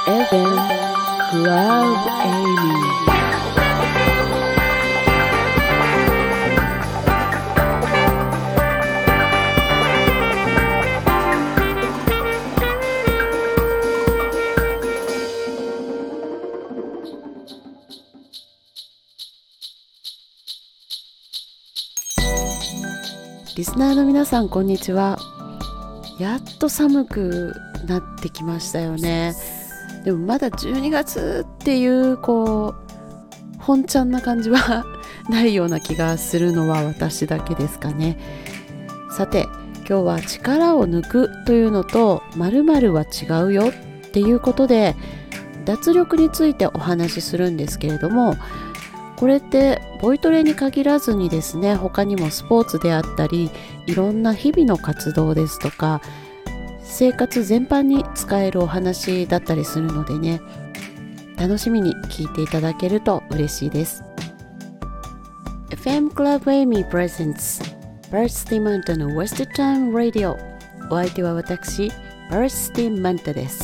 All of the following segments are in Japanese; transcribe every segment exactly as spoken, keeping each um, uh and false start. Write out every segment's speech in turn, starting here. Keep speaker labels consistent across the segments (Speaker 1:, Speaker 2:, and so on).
Speaker 1: エフエム Club Amy。 リスナーの皆さん、こんにちは。やっと寒くなってきましたよね。でもまだじゅうにがつっていうこう本ちゃんな感じはないような気がするのは私だけですかね。さて、今日は力を抜くというのと〇〇は違うよっていうことで脱力についてお話しするんですけれども、これってボイトレに限らずにですね、他にもスポーツであったり、いろんな日々の活動ですとか生活全般に使えるお話だったりするのでね、楽しみに聞いていただけると嬉しいです。 エフエム Club Amy Presents バースティマンタの West Time Radio。 お相手は私バースティマンタです。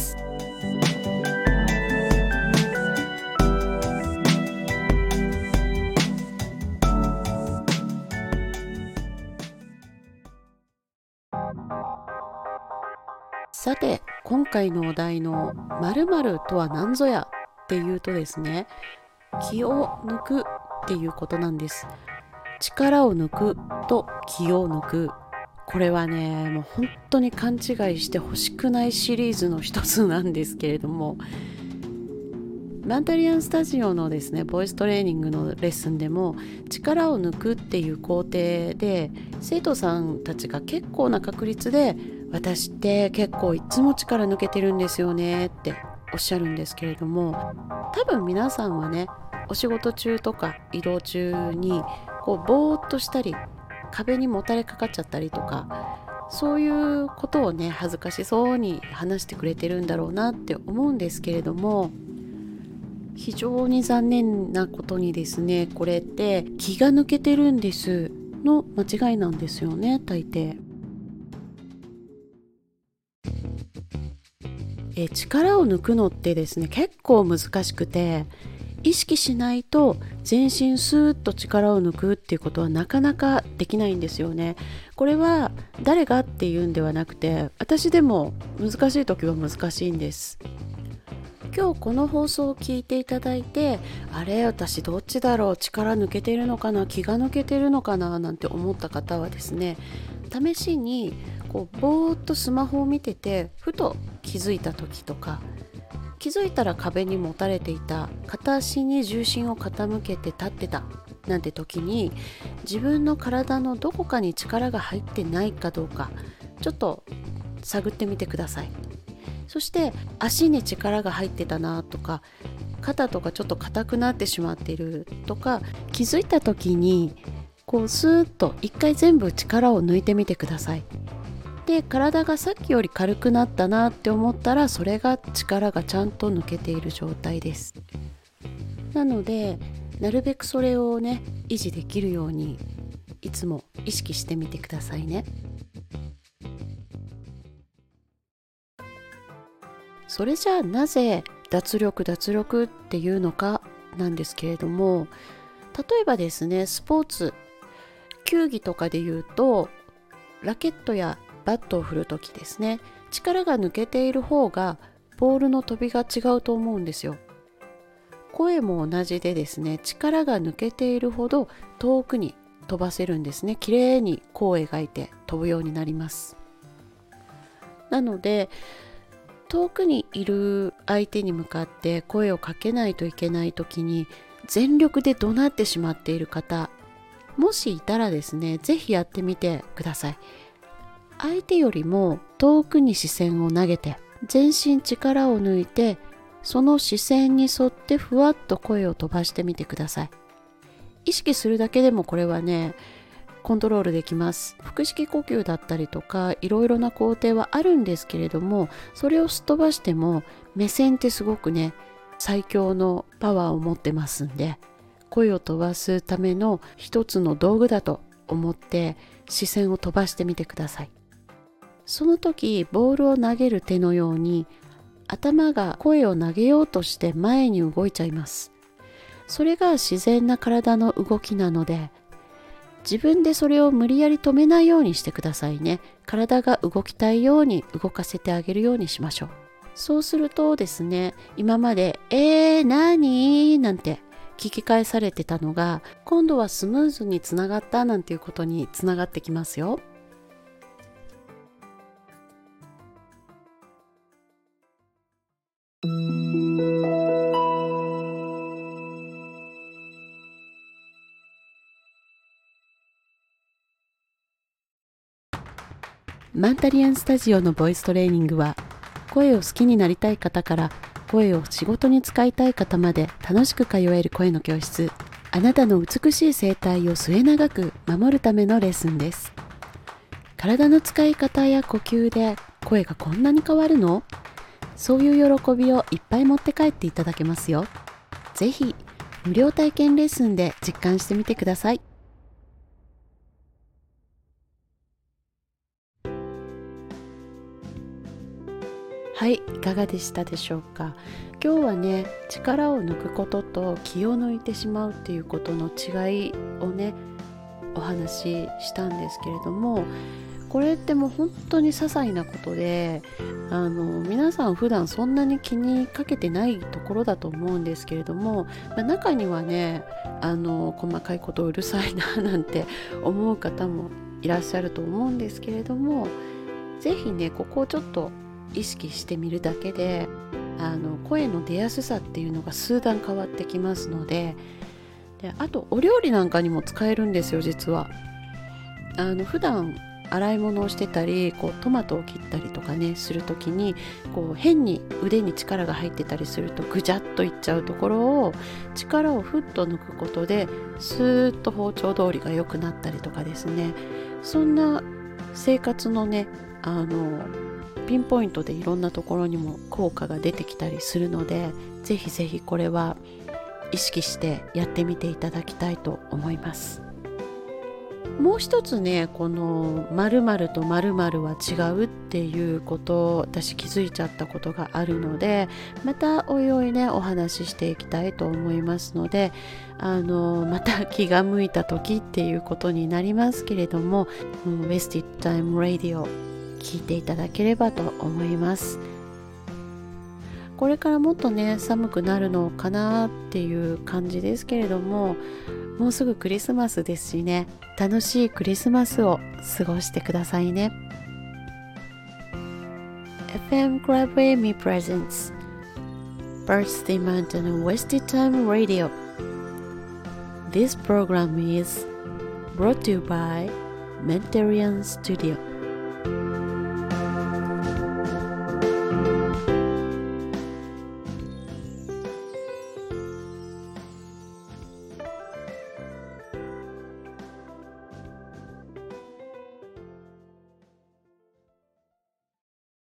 Speaker 1: さて、今回のお題の〇〇とは何ぞやっていうとですね、気を抜くっていうことなんです。力を抜くと気を抜く、これはね、もう本当に勘違いしてほしくないシリーズの一つなんですけれども、バンタリアンスタジオのですねボイストレーニングのレッスンでも力を抜くっていう工程で生徒さんたちが結構な確率で、私って結構いつも力抜けてるんですよねっておっしゃるんですけれども、多分皆さんはね、お仕事中とか移動中にこうぼーっとしたり壁にもたれかかっちゃったりとか、そういうことをね恥ずかしそうに話してくれてるんだろうなって思うんですけれども、非常に残念なことにですね、これって気が抜けてるんですの間違いなんですよね、大抵。え力を抜くのってですね、結構難しくて、意識しないと全身スーッと力を抜くっていうことはなかなかできないんですよね。これは誰がっていうんではなくて、私でも難しい時は難しいんです。今日この放送を聞いていただいて、あれ私どっちだろう、力抜けてるのかな、気が抜けてるのかななんて思った方はですね、試しにこうぼーっとスマホを見ててふと気づいた時とか、気づいたら壁にもたれていた、片足に重心を傾けて立ってたなんて時に、自分の体のどこかに力が入ってないかどうかちょっと探ってみてください。そして足に力が入ってたなとか、肩とかちょっと硬くなってしまっているとか気づいた時に、こうスーッと一回全部力を抜いてみてください。で、体がさっきより軽くなったなって思ったら、それが力がちゃんと抜けている状態です。なのでなるべくそれをね維持できるようにいつも意識してみてくださいね。それじゃあなぜ脱力脱力っていうのかなんですけれども、例えばですね、スポーツ球技とかでいうと、ラケットやバットを振るときですね、力が抜けている方がボールの飛びが違うと思うんですよ。声も同じでですね、力が抜けているほど遠くに飛ばせるんですね。綺麗に弧を描いて飛ぶようになります。なので遠くにいる相手に向かって声をかけないといけない時に全力で怒鳴ってしまっている方、もしいたらですね、ぜひやってみてください。相手よりも遠くに視線を投げて、全身力を抜いて、その視線に沿ってふわっと声を飛ばしてみてください。意識するだけでもこれはねコントロールできます。腹式呼吸だったりとかいろいろな工程はあるんですけれども、それをすっ飛ばしても目線ってすごくね最強のパワーを持ってますんで、声を飛ばすための一つの道具だと思って視線を飛ばしてみてください。その時ボールを投げる手のように頭が声を投げようとして前に動いちゃいます。それが自然な体の動きなので、自分でそれを無理やり止めないようにしてくださいね。体が動きたいように動かせてあげるようにしましょう。そうするとですね、今までえーなーにーなんて聞き返されてたのが、今度はスムーズにつながったなんていうことにつながってきますよ。マンタリアンスタジオのボイストレーニングは、声を好きになりたい方から声を仕事に使いたい方まで楽しく通える声の教室。あなたの美しい声帯を末永く守るためのレッスンです。体の使い方や呼吸で声がこんなに変わるの？そういう喜びをいっぱい持って帰っていただけますよ。ぜひ無料体験レッスンで実感してみてください。はい、いかがでしたでしょうか。今日はね、力を抜くことと気を抜いてしまうっていうことの違いをね、お話ししたんですけれども、これってもう本当に些細なことで、あの皆さん普段そんなに気にかけてないところだと思うんですけれども、まあ、中にはね、あの細かいことうるさいななんて思う方もいらっしゃると思うんですけれども、ぜひね、ここをちょっと意識してみるだけで、あの声の出やすさっていうのが数段変わってきますので、であとお料理なんかにも使えるんですよ。実はあの普段洗い物をしてたり、こうトマトを切ったりとかねするときに、こう変に腕に力が入ってたりするとぐじゃっといっちゃうところを、力をふっと抜くことでスーッと包丁通りが良くなったりとかですね、そんな生活のね、あのピンポイントでいろんなところにも効果が出てきたりするので、ぜひぜひこれは意識してやってみていただきたいと思います。もう一つね、この〇〇と〇〇は違うっていうことを私気づいちゃったことがあるので、またおいおいねお話ししていきたいと思いますので、あのまた気が向いた時っていうことになりますけれども、うん、Wasted Time Radio聞いていただければと思います。これからもっとね寒くなるのかなっていう感じですけれども、もうすぐクリスマスですしね、楽しいクリスマスを過ごしてくださいね。 エフエム Club Amy Presents Birthday Mountain and Wasted Time Radio. This program is brought to you by Mentarian Studio.